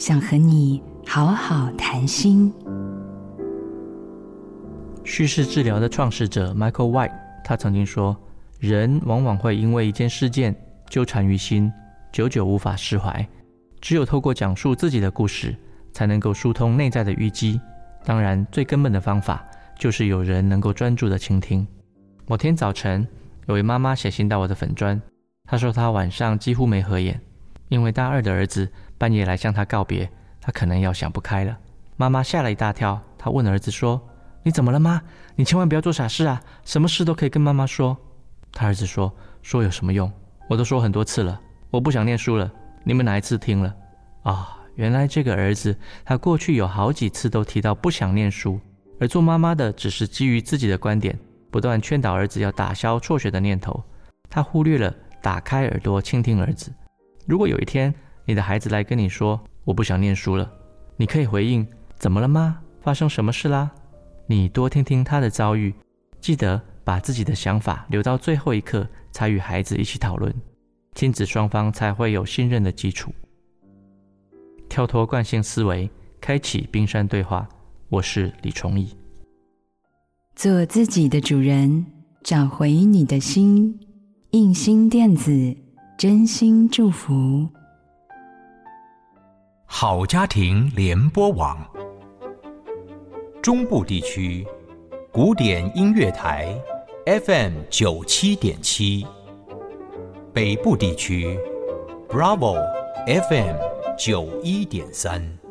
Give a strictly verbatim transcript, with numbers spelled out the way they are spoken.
想和你好好谈心。 叙事治疗的创始者 Michael White， 他曾经说，人往往会因为一件事件纠缠于心，久久无法释怀。只有透过讲述自己的故事，才能够疏通内在的淤积。当然，最根本的方法就是有人能够专注的倾听。某天早晨，有位妈妈写信到我的粉专，她说她晚上几乎没合眼，因为大二的儿子半夜来向她告别，她可能要想不开了。妈妈吓了一大跳，她问儿子说，你怎么了妈？你千万不要做傻事啊，什么事都可以跟妈妈说。他儿子说，说有什么用？我都说很多次了，我不想念书了，你们哪一次听了？啊，原来这个儿子他过去有好几次都提到不想念书，而做妈妈的只是基于自己的观点，不断劝导儿子要打消辍学的念头，他忽略了打开耳朵倾听儿子。如果有一天你的孩子来跟你说，我不想念书了，你可以回应，怎么了吗？发生什么事啦？你多听听他的遭遇，记得把自己的想法留到最后一刻才与孩子一起讨论，亲子双方才会有信任的基础。跳脱惯性思维，开启冰山对话。我是李崇义。 做自己的主人，找回你的心。印心电子，真心祝福。 好家庭联播网，中部地区古典音乐台 F M 九七点七，北部地区 Bravo F M 九一点三。